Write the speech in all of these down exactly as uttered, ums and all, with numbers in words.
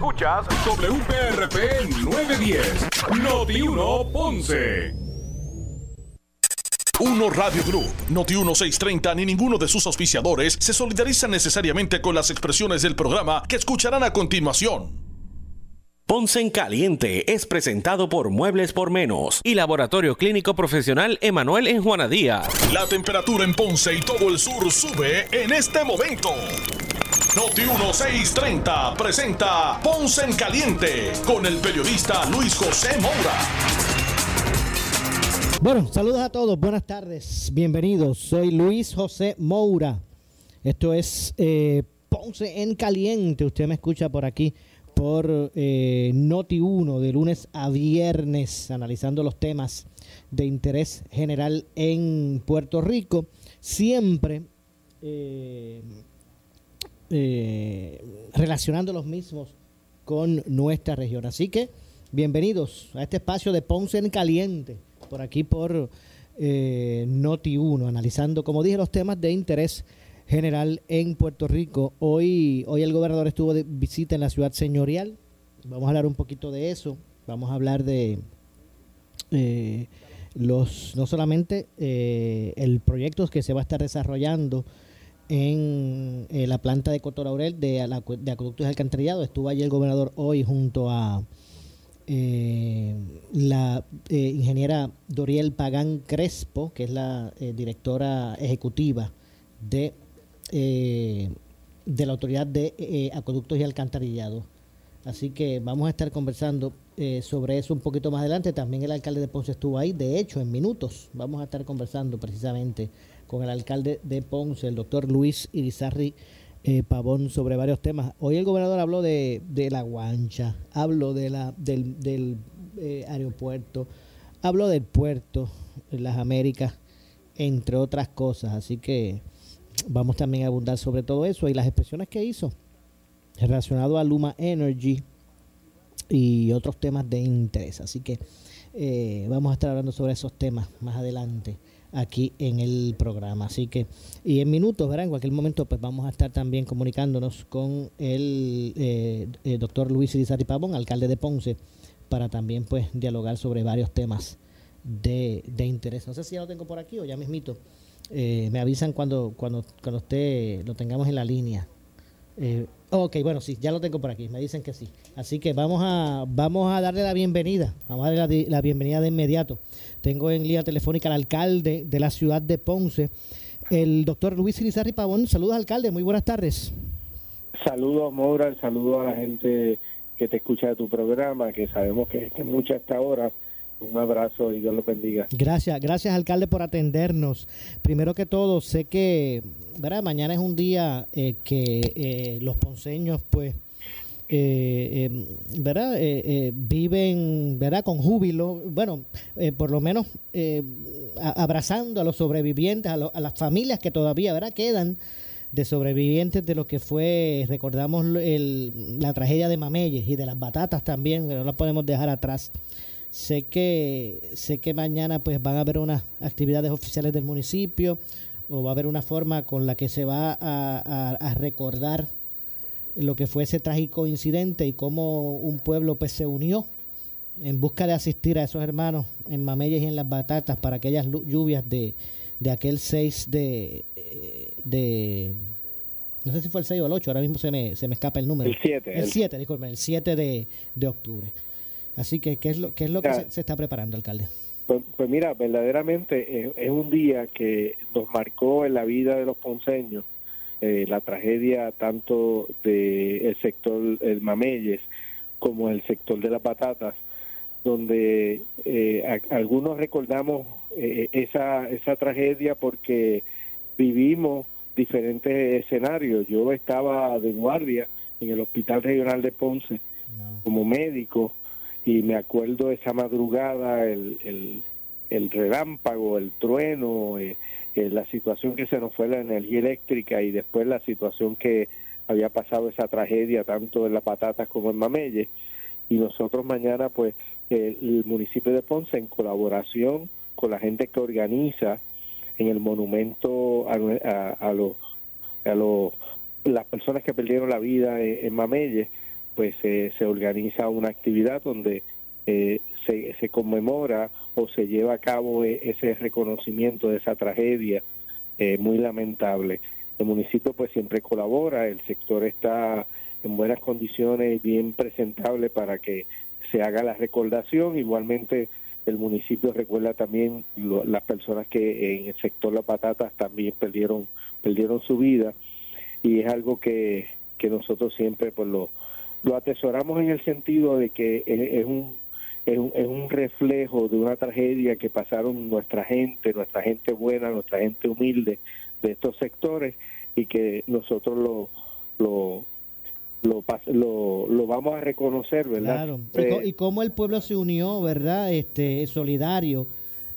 Escuchas W P R P nueve diez, Noti uno Ponce. Uno Radio Group, Noti uno seiscientos treinta ni ninguno de sus auspiciadores se solidarizan necesariamente con las expresiones del programa que escucharán a continuación. Ponce en Caliente es presentado por Muebles por Menos y Laboratorio Clínico Profesional Emanuel en Juana Díaz. La temperatura en Ponce y todo el sur sube en este momento. Noti uno seiscientos treinta presenta Ponce en Caliente con el periodista Luis José Moura. Bueno, saludos a todos, buenas tardes, bienvenidos. Soy Luis José Moura. Esto es eh, Ponce en Caliente. Usted me escucha por aquí por eh, Noti uno de lunes a viernes, analizando los temas de interés general en Puerto Rico, siempre eh, eh, relacionando los mismos con nuestra región. Así que bienvenidos a este espacio de Ponce en Caliente, por aquí por eh, Noti uno, analizando, como dije, los temas de interés general en Puerto Rico. Hoy, hoy el gobernador estuvo de visita en la ciudad señorial. Vamos a hablar un poquito de eso. Vamos a hablar de eh, los no solamente eh, el proyecto que se va a estar desarrollando en eh, la planta de Coto Laurel de, de acueductos y alcantarillado. Estuvo allí el gobernador hoy junto a eh, la eh, ingeniera Doriel Pagán Crespo, que es la eh, directora ejecutiva de Eh, de la Autoridad de eh, Acueductos y Alcantarillados. Así que vamos a estar conversando eh, sobre eso un poquito más adelante. También el alcalde de Ponce estuvo ahí. De hecho, en minutos vamos a estar conversando precisamente con el alcalde de Ponce, el doctor Luis Irizarry eh, Pavón, sobre varios temas. Hoy el gobernador habló de, de la guancha, habló de la, del, del eh, aeropuerto, habló del puerto, las Américas, entre otras cosas. Así que vamos también a abundar sobre todo eso y las expresiones que hizo relacionado a Luma Energy y otros temas de interés. Así que eh, vamos a estar hablando sobre esos temas más adelante aquí en el programa. Así que, y en minutos, ¿verdad? En cualquier momento, pues vamos a estar también comunicándonos con el, eh, el doctor Luis Irizarry Pavón, alcalde de Ponce, para también pues dialogar sobre varios temas de, de interés. No sé si ya lo tengo por aquí o ya mismito. Eh, me avisan cuando cuando cuando usted lo tengamos en la línea. Eh, ok, bueno, sí, ya lo tengo por aquí. Me dicen que sí. Así que vamos a vamos a darle la bienvenida. Vamos a darle la, la bienvenida de inmediato. Tengo en línea telefónica al alcalde de la ciudad de Ponce, el doctor Luis Irizarry Pavón. Saludos, alcalde. Muy buenas tardes. Saludos, Moura. Saludos a la gente que te escucha de tu programa, que sabemos que es mucha esta hora. Un abrazo y Dios los bendiga. Gracias, gracias alcalde por atendernos. Primero que todo, sé que, ¿verdad? Mañana es un día eh, que eh, los ponceños, pues, eh, eh, ¿verdad? Eh, eh, viven, ¿verdad? Con júbilo, bueno, eh, por lo menos eh, a, abrazando a los sobrevivientes, a, lo, a las familias que todavía, ¿verdad? Quedan de sobrevivientes de lo que fue, recordamos el, la tragedia de Mameyes y de las batatas también, que no las podemos dejar atrás. Sé que sé que mañana pues van a haber unas actividades oficiales del municipio o va a haber una forma con la que se va a, a, a recordar lo que fue ese trágico incidente y cómo un pueblo pues se unió en busca de asistir a esos hermanos en Mameyes y en las batatas para aquellas lluvias de, de aquel seis de, de no sé si fue el seis o el ocho, ahora mismo se me, se me escapa el número. El siete. El siete, disculpen, el siete de, de octubre. Así que, ¿qué es lo, qué es lo que se, se está preparando, alcalde? Pues, pues mira, verdaderamente es, es un día que nos marcó en la vida de los ponceños, eh, la tragedia tanto del sector el Mameyes como el sector de las batatas, donde eh, a, algunos recordamos eh, esa, esa tragedia porque vivimos diferentes escenarios. Yo estaba de guardia en el Hospital Regional de Ponce no. como médico, y me acuerdo esa madrugada, el, el, el relámpago, el trueno, eh, eh, la situación que se nos fue la energía eléctrica y después la situación que había pasado esa tragedia tanto en Las Batatas como en Mameyes. Y nosotros mañana, pues, eh, el municipio de Ponce, en colaboración con la gente que organiza en el monumento a, a, a los a los las personas que perdieron la vida en, en Mameyes, pues eh, se organiza una actividad donde eh, se, se conmemora o se lleva a cabo ese reconocimiento de esa tragedia eh, muy lamentable. El municipio pues siempre colabora, el sector está en buenas condiciones, bien presentable para que se haga la recordación. Igualmente el municipio recuerda también lo, las personas que en el sector Las Batatas también perdieron perdieron su vida, y es algo que, que nosotros siempre pues lo, lo atesoramos en el sentido de que es, es un Es un, es un reflejo de una tragedia que pasaron nuestra gente, nuestra gente buena, nuestra gente humilde de estos sectores, y que nosotros lo lo lo, lo, lo vamos a reconocer, ¿verdad? Claro. Eh, y, y cómo el pueblo se unió, ¿verdad? Este solidario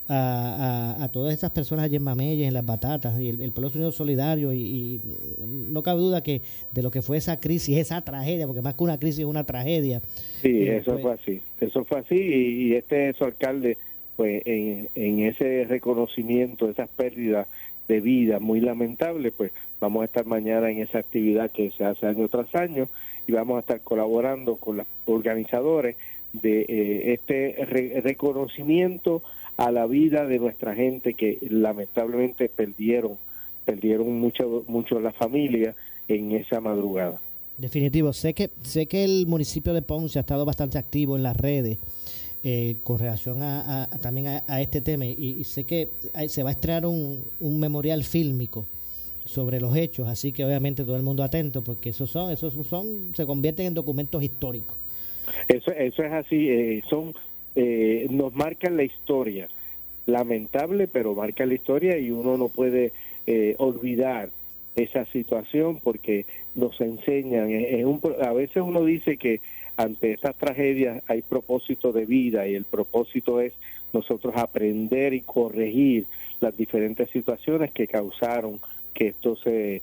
a, a, a todas estas personas allí en Mameyes, en Las Batatas, y el, el pueblo se unió solidario, y, y no cabe duda que de lo que fue esa crisis, esa tragedia, porque más que una crisis es una tragedia. Sí, eh, eso pues, fue así, eso fue así, y, y este su alcalde, pues en, en ese reconocimiento de esas pérdidas de vida muy lamentables, pues vamos a estar mañana en esa actividad que se hace año tras año, y vamos a estar colaborando con los organizadores de eh, este re reconocimiento a la vida de nuestra gente que lamentablemente perdieron, perdieron mucho, mucho la familia en esa madrugada. Definitivo. Sé que sé que el municipio de Ponce ha estado bastante activo en las redes eh, con relación a, a también a, a este tema, y, y sé que hay, se va a estrenar un, un memorial fílmico sobre los hechos, así que obviamente todo el mundo atento, porque esos son esos son se convierten en documentos históricos. Eso eso es así, eh, son eh, nos marcan la historia, lamentable, pero marcan la historia, y uno no puede eh, olvidar esa situación porque nos enseñan. Es un, a veces uno dice que ante estas tragedias hay propósito de vida, y el propósito es nosotros aprender y corregir las diferentes situaciones que causaron que esto se,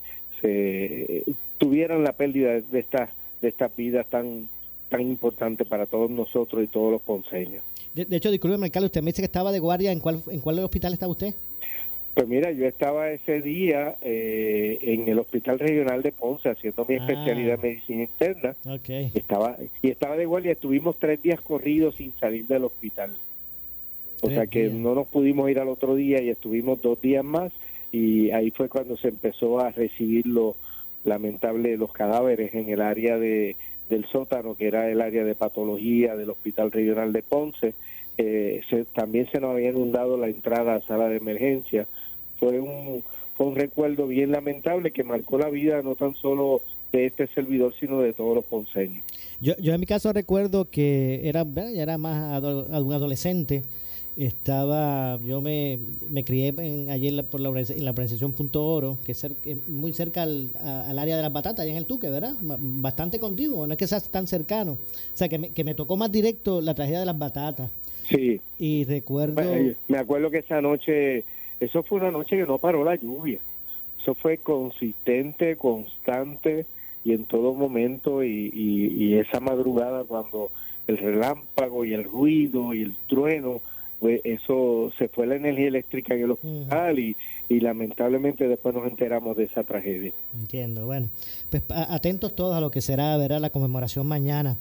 se tuvieran la pérdida de estas de estas vidas tan tan importantes para todos nosotros y todos los ponceños. De, de hecho, discúlpeme, alcalde, usted me dice que estaba de guardia. ¿En cuál en cuál hospital estaba usted? Pues mira, yo estaba ese día eh, en el Hospital Regional de Ponce haciendo mi ah. especialidad en medicina interna. Okay. Estaba y estaba de guardia. Estuvimos tres días corridos sin salir del hospital. O sea que no nos pudimos ir al otro día y estuvimos dos días más, y ahí fue cuando se empezó a recibir lo lamentable los cadáveres en el área de del sótano, que era el área de patología del Hospital Regional de Ponce. Eh, se, también se nos había inundado la entrada a sala de emergencia. Fue un fue un recuerdo bien lamentable que marcó la vida no tan solo de este servidor, sino de todos los ponceños. Yo, yo en mi caso recuerdo que era, ya era más ado, un adolescente. Estaba, yo me, me crié en, allí en la, por la, en la organización Punto Oro, que es cer, muy cerca al, a, al área de Las Batatas, allá en el Tuque, ¿verdad? Bastante contigo, no es que seas tan cercano. O sea, que me, que me tocó más directo la tragedia de Las Batatas. Sí. Y recuerdo... Me acuerdo que esa noche, eso fue una noche que no paró la lluvia. Eso fue consistente, constante, y en todo momento, y, y, y esa madrugada cuando el relámpago y el ruido y el trueno... Pues eso, se fue la energía eléctrica en el hospital, uh-huh. y, y lamentablemente después nos enteramos de esa tragedia. Entiendo. Bueno, pues atentos todos a lo que será, verá, la conmemoración mañana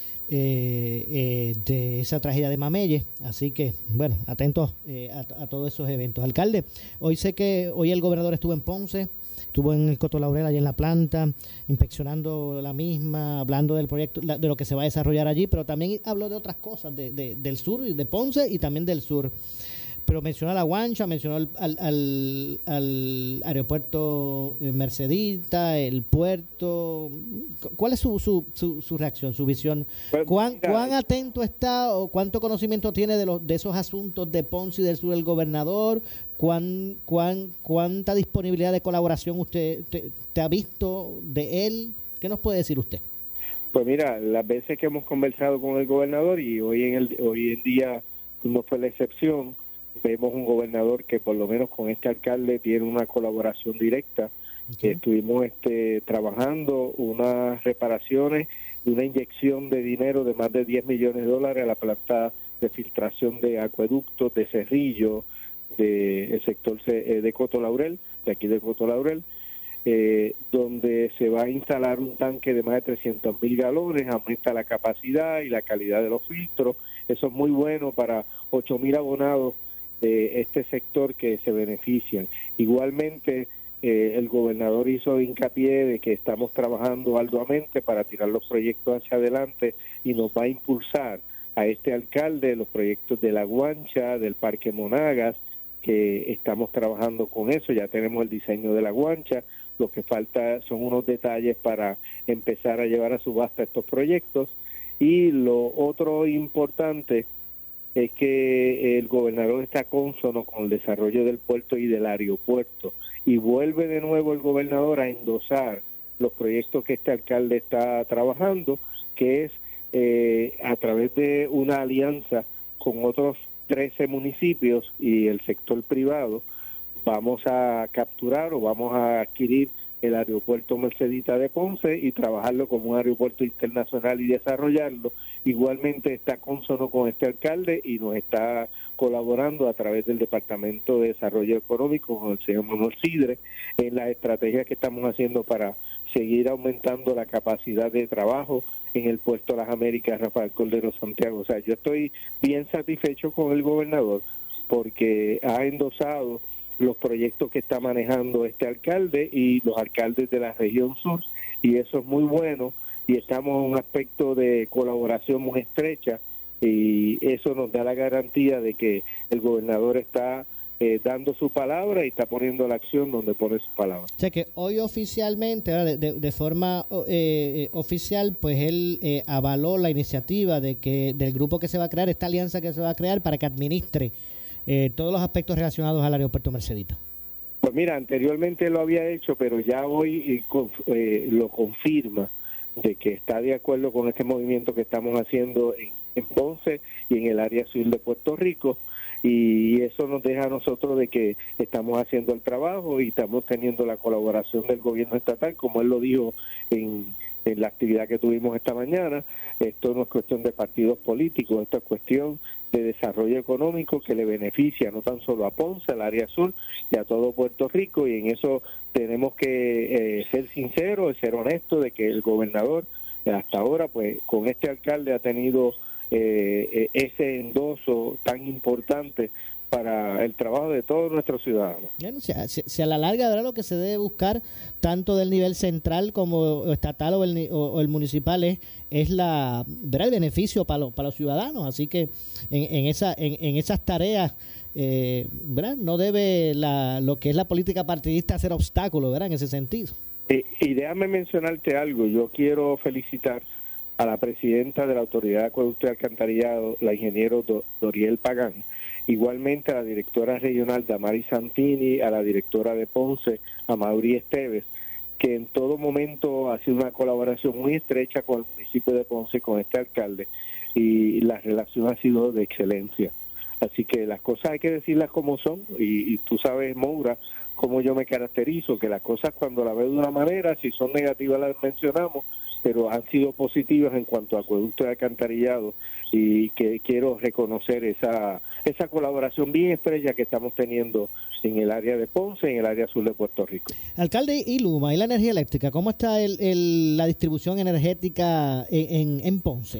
eh, eh, de esa tragedia de Mameyes. Así que, bueno, atentos eh, a, a todos esos eventos. Alcalde, hoy sé que hoy el gobernador estuvo en Ponce, estuvo en el Coto Laurel, allí en la planta, inspeccionando la misma, hablando del proyecto, de lo que se va a desarrollar allí, pero también habló de otras cosas, de, de, del sur, de Ponce y también del sur. Pero mencionó a La Guancha, mencionó al, al, al, al aeropuerto Mercedita, el puerto. ¿Cuál es su, su, su, su reacción, su visión? ¿Cuán, ¿Cuán atento está o cuánto conocimiento tiene de, los, de esos asuntos de Ponce y del sur el gobernador? ¿Cuán, cuán, ¿Cuánta disponibilidad de colaboración usted te, te ha visto de él? ¿Qué nos puede decir usted? Pues mira, las veces que hemos conversado con el gobernador, y hoy en, el, hoy en día no fue la excepción, vemos un gobernador que por lo menos con este alcalde tiene una colaboración directa. Okay. Estuvimos este, trabajando unas reparaciones y una inyección de dinero de más de diez millones de dólares a la planta de filtración de acueductos de Cerrillo, del sector de Coto Laurel, de aquí de Coto Laurel. eh, donde se va a instalar un tanque de más de trescientos mil galones, aumenta la capacidad y la calidad de los filtros. Eso es muy bueno para ocho mil abonados de este sector que se benefician. Igualmente, eh, el gobernador hizo hincapié de que estamos trabajando arduamente para tirar los proyectos hacia adelante y nos va a impulsar a este alcalde los proyectos de La Guancha, del Parque Monagas, que estamos trabajando con eso. Ya tenemos el diseño de La Guancha. Lo que falta son unos detalles para empezar a llevar a subasta estos proyectos. Y lo otro importante es que el gobernador está cónsono con el desarrollo del puerto y del aeropuerto. Y vuelve de nuevo el gobernador a endosar los proyectos que este alcalde está trabajando, que es eh, a través de una alianza con otros trece municipios y el sector privado. Vamos a capturar o vamos a adquirir el aeropuerto Mercedita de Ponce y trabajarlo como un aeropuerto internacional y desarrollarlo. Igualmente está cónsono con este alcalde y nos está colaborando a través del Departamento de Desarrollo Económico con el señor Manuel Sidre en las estrategias que estamos haciendo para seguir aumentando la capacidad de trabajo en el puerto de las Américas Rafael Cordero Santiago. O sea, yo estoy bien satisfecho con el gobernador porque ha endosado los proyectos que está manejando este alcalde y los alcaldes de la región sur, y eso es muy bueno, y estamos en un aspecto de colaboración muy estrecha, y eso nos da la garantía de que el gobernador está eh, dando su palabra y está poniendo la acción donde pone su palabra. O sea que hoy oficialmente, de, de, de forma eh, oficial, pues él eh, avaló la iniciativa de que del grupo que se va a crear, esta alianza que se va a crear para que administre Eh, todos los aspectos relacionados al aeropuerto Mercedita. Pues mira, anteriormente lo había hecho, pero ya hoy eh, eh, lo confirma de que está de acuerdo con este movimiento que estamos haciendo en, en Ponce y en el área sur de Puerto Rico, y eso nos deja a nosotros de que estamos haciendo el trabajo y estamos teniendo la colaboración del gobierno estatal, como él lo dijo en, en la actividad que tuvimos esta mañana. Esto no es cuestión de partidos políticos, esto es cuestión de desarrollo económico que le beneficia no tan solo a Ponce, al área sur y a todo Puerto Rico, y en eso tenemos que eh, ser sinceros, ser honestos de que el gobernador hasta ahora pues con este alcalde ha tenido eh, ese endoso tan importante para el trabajo de todos nuestros ciudadanos. Bueno, si, a, si a la larga, ¿verdad?, lo que se debe buscar tanto del nivel central como estatal o el, o, o el municipal es, es la, ¿verdad?, el beneficio para los, para los ciudadanos. Así que en, en, esa, en, en esas tareas, eh, ¿verdad?, no debe la, lo que es la política partidista ser obstáculo, ¿verdad?, en ese sentido. Y, y déjame mencionarte algo. Yo quiero felicitar a la presidenta de la Autoridad de Acueducto y Alcantarillado, la ingeniero Do, Doriel Pagán, igualmente a la directora regional Damari Santini, a la directora de Ponce, a Mauri Esteves, que en todo momento ha sido una colaboración muy estrecha con el municipio de Ponce, con este alcalde, y la relación ha sido de excelencia. Así que las cosas hay que decirlas como son, y, y tú sabes, Moura, cómo yo me caracterizo, que las cosas cuando las veo de una manera, si son negativas las mencionamos, pero han sido positivas en cuanto a acueducto y alcantarillado, y que quiero reconocer esa esa colaboración bien estrecha que estamos teniendo en el área de Ponce, en el área sur de Puerto Rico. Alcalde, y Luma, y la energía eléctrica, ¿cómo está el, el, la distribución energética en, en, en Ponce?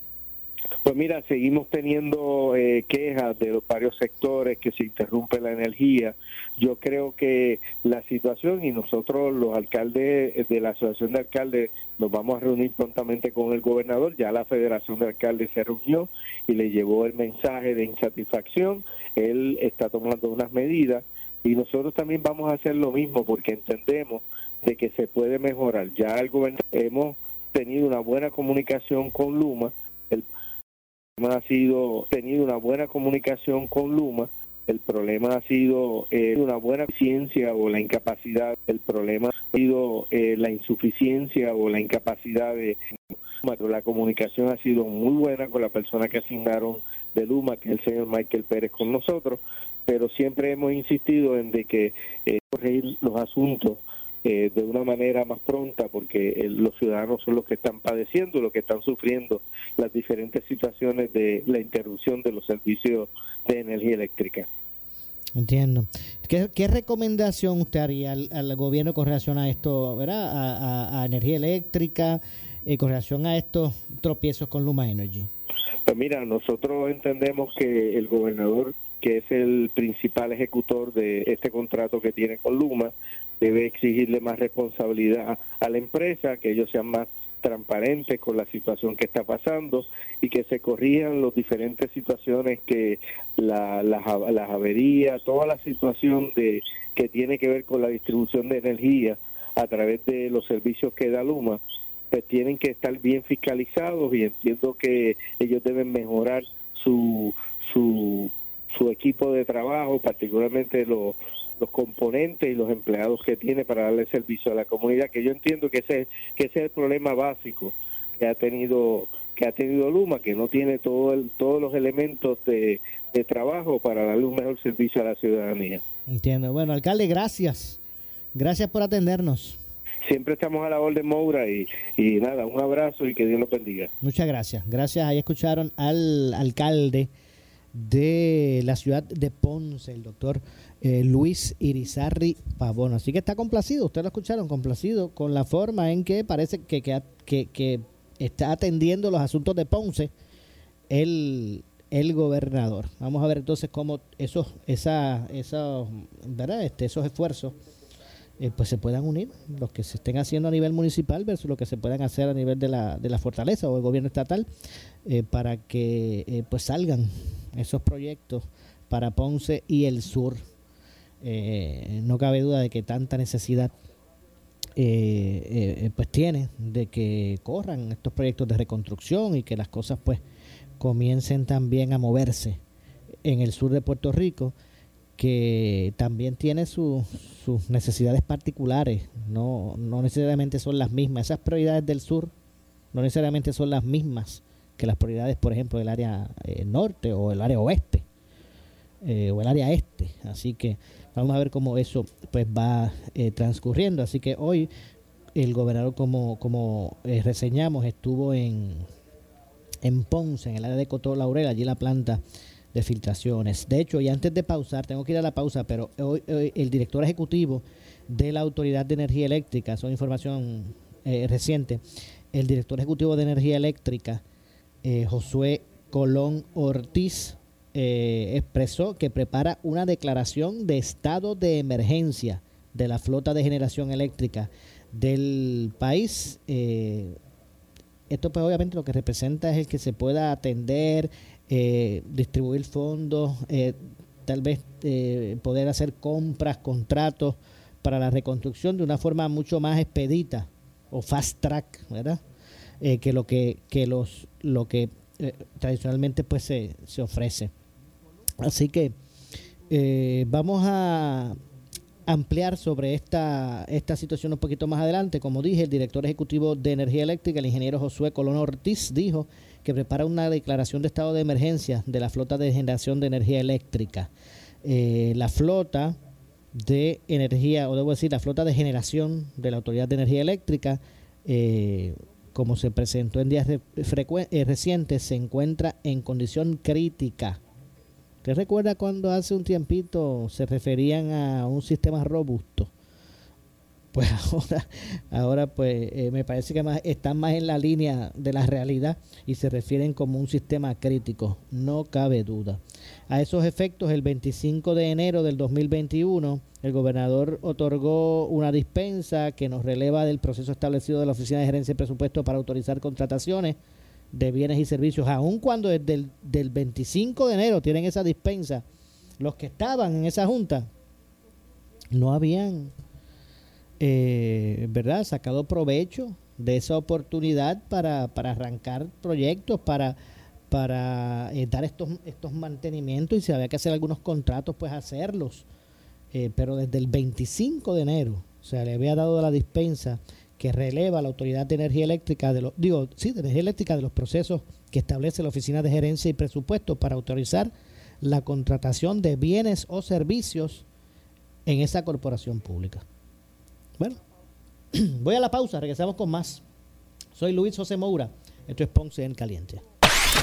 Pues mira, seguimos teniendo eh, quejas de los varios sectores que se interrumpe la energía. Yo creo que la situación, y nosotros los alcaldes de la Asociación de Alcaldes nos vamos a reunir prontamente con el gobernador, ya la Federación de Alcaldes se reunió y le llevó el mensaje de insatisfacción. Él está tomando unas medidas y nosotros también vamos a hacer lo mismo porque entendemos de que se puede mejorar. Ya el gobernador hemos tenido una buena comunicación con Luma, el ha sido tenido una buena comunicación con Luma, el problema ha sido eh, una buena eficiencia o la incapacidad, el problema ha sido eh, la insuficiencia o la incapacidad de la comunicación ha sido muy buena con la persona que asignaron de Luma, que es el señor Michael Pérez con nosotros, pero siempre hemos insistido en de que eh, corregir los asuntos Eh, de una manera más pronta, porque eh, los ciudadanos son los que están padeciendo, los que están sufriendo las diferentes situaciones de la interrupción de los servicios de energía eléctrica. Entiendo. ¿Qué, qué recomendación usted haría al, al gobierno con relación a esto, ¿verdad? A, a, a energía eléctrica, eh, con relación a estos tropiezos con Luma Energy? Pues mira, nosotros entendemos que el gobernador, que es el principal ejecutor de este contrato que tiene con Luma, debe exigirle más responsabilidad a la empresa, que ellos sean más transparentes con la situación que está pasando y que se corrijan las diferentes situaciones que la, las, las averías, toda la situación de que tiene que ver con la distribución de energía a través de los servicios que da Luma, pues tienen que estar bien fiscalizados, y entiendo que ellos deben mejorar su su su equipo de trabajo, particularmente los los componentes y los empleados que tiene para darle servicio a la comunidad, que yo entiendo que ese que ese es el problema básico que ha tenido que ha tenido Luma, que no tiene todo el, todos los elementos de, de trabajo para darle un mejor servicio a la ciudadanía. Entiendo. Bueno, alcalde, gracias. Gracias por atendernos. Siempre estamos a la orden, Moura, y, y nada, un abrazo y que Dios los bendiga. Muchas gracias. Gracias. Ahí escucharon al alcalde de la ciudad de Ponce, el doctor eh, Luis Irizarry Pavón. Así que está complacido, ustedes lo escucharon, complacido con la forma en que parece que, que, que, que está atendiendo los asuntos de Ponce el, el gobernador. Vamos a ver entonces cómo esos, esa, esos, ¿verdad? Este, esos esfuerzos eh, pues se puedan unir, los que se estén haciendo a nivel municipal versus lo que se puedan hacer a nivel de la, de la fortaleza o el gobierno estatal, eh, para que eh, pues salgan esos proyectos para Ponce y el sur. Eh, no cabe duda de que tanta necesidad eh, eh, pues tiene de que corran estos proyectos de reconstrucción y que las cosas pues comiencen también a moverse en el sur de Puerto Rico, que también tiene su, sus necesidades particulares. No, no necesariamente son las mismas. Esas prioridades del sur no necesariamente son las mismas que las prioridades, por ejemplo, del área eh, norte o el área oeste eh, o el área este. Así que vamos a ver cómo eso pues va eh, transcurriendo. Así que hoy el gobernador, como como eh, reseñamos, estuvo en en Ponce, en el área de Coto Laurel, allí la planta de filtraciones. De hecho, y antes de pausar, tengo que ir a la pausa, pero hoy, hoy el director ejecutivo de la Autoridad de Energía Eléctrica, son información eh, reciente, el director ejecutivo de Energía Eléctrica, Eh, Josué Colón Ortiz, eh, expresó que prepara una declaración de estado de emergencia de la flota de generación eléctrica del país. Eh, esto pues obviamente lo que representa es el que se pueda atender, eh, distribuir fondos, eh, tal vez eh, poder hacer compras, contratos para la reconstrucción de una forma mucho más expedita o fast track, ¿verdad? Eh, que lo que que los lo que eh, tradicionalmente pues se, se ofrece. Así que eh, vamos a ampliar sobre esta esta situación un poquito más adelante. Como dije, el director ejecutivo de Energía Eléctrica, el ingeniero Josué Colón Ortiz, dijo que prepara una declaración de estado de emergencia de la flota de generación de energía eléctrica. Eh, la flota de energía, o debo decir, la flota de generación de la Autoridad de Energía Eléctrica, eh, como se presentó en días eh, recientes, se encuentra en condición crítica. ¿Usted recuerda cuando hace un tiempito se referían a un sistema robusto? Pues ahora, ahora pues eh, me parece que más, están más en la línea de la realidad y se refieren como un sistema crítico, no cabe duda. A esos efectos, el veinticinco de enero del dos mil veintiuno, el gobernador otorgó una dispensa que nos releva del proceso establecido de la Oficina de Gerencia y Presupuesto para autorizar contrataciones de bienes y servicios, aun cuando desde el del veinticinco de enero tienen esa dispensa. Los que estaban en esa junta no habían eh, ¿verdad? sacado provecho de esa oportunidad para, para arrancar proyectos, para, para eh, dar estos, estos mantenimientos, y si había que hacer algunos contratos, pues hacerlos. Eh, pero desde el veinticinco de enero, o sea, le había dado la dispensa que releva a la Autoridad de Energía Eléctrica, de los, digo, sí, de Energía Eléctrica, de los procesos que establece la Oficina de Gerencia y Presupuesto para autorizar la contratación de bienes o servicios en esa corporación pública. Bueno, voy a la pausa, regresamos con más. Soy Luis José Moura, esto es Ponce en Caliente. El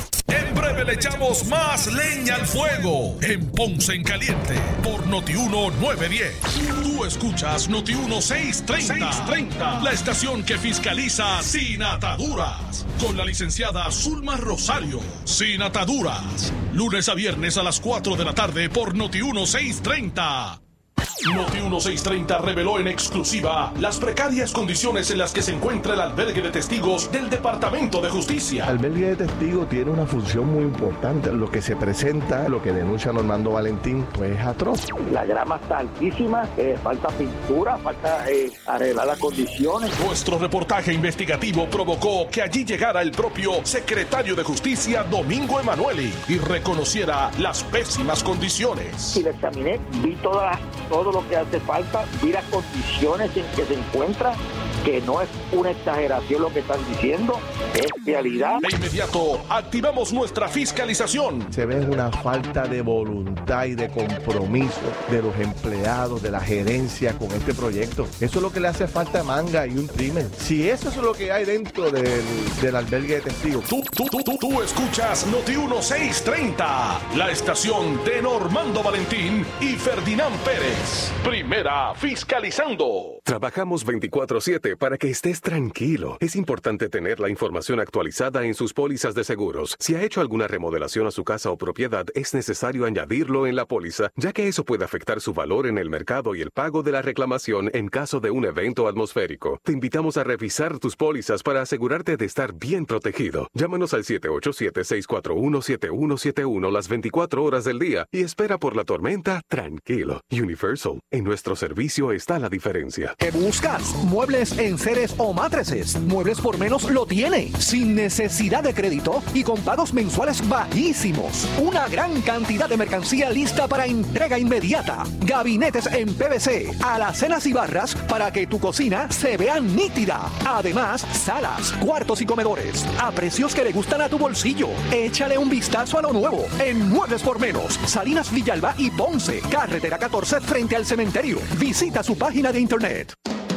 En breve le echamos más leña al fuego en Ponce en Caliente por Noti uno nueve diez. Tú escuchas Noti uno seiscientos treinta, la estación que fiscaliza sin ataduras, con la licenciada Zulma Rosario. Sin ataduras, lunes a viernes a las cuatro de la tarde por Noti uno seiscientos treinta. Noti uno seiscientos treinta reveló en exclusiva las precarias condiciones en las que se encuentra el albergue de testigos del Departamento de Justicia. El albergue de testigos tiene una función muy importante. Lo que se presenta, lo que denuncia Normando Valentín, pues es atroz. La grama está altísima, eh, falta pintura, falta eh, arreglar las condiciones. Nuestro reportaje investigativo provocó que allí llegara el propio secretario de Justicia, Domingo Emanueli, y reconociera las pésimas condiciones. Y le examiné, vi todas las todo lo que hace falta, vi las condiciones en que se encuentra, que no es una exageración lo que están diciendo, es realidad. De inmediato activamos nuestra fiscalización. Se ve una falta de voluntad y de compromiso de los empleados, de la gerencia con este proyecto. Eso es lo que le hace falta a Manga y un crimen. Si eso es lo que hay dentro del, del albergue de testigos. Tú, tú, tú, tú, tú escuchas Noti uno seiscientos treinta, la estación de Normando Valentín y Ferdinand Pérez. Primera fiscalizando. Trabajamos veinticuatro siete para que estés tranquilo. Es importante tener la información actualizada en sus pólizas de seguros. Si ha hecho alguna remodelación a su casa o propiedad, es necesario añadirlo en la póliza, ya que eso puede afectar su valor en el mercado y el pago de la reclamación en caso de un evento atmosférico. Te invitamos a revisar tus pólizas para asegurarte de estar bien protegido. Llámanos al siete ocho siete, seis cuatro uno, siete uno siete uno las veinticuatro horas del día y espera por la tormenta tranquilo. Universal, en nuestro servicio está la diferencia. ¿Qué buscas? Muebles, enseres o matrices. Muebles por Menos lo tiene, sin necesidad de crédito y con pagos mensuales bajísimos. Una gran cantidad de mercancía lista para entrega inmediata. Gabinetes en P V C, alacenas y barras para que tu cocina se vea nítida. Además, salas, cuartos y comedores a precios que le gustan a tu bolsillo. Échale un vistazo a lo nuevo en Muebles por Menos, Salinas, Villalba y Ponce, carretera catorce frente al cementerio. Visita su página de internet.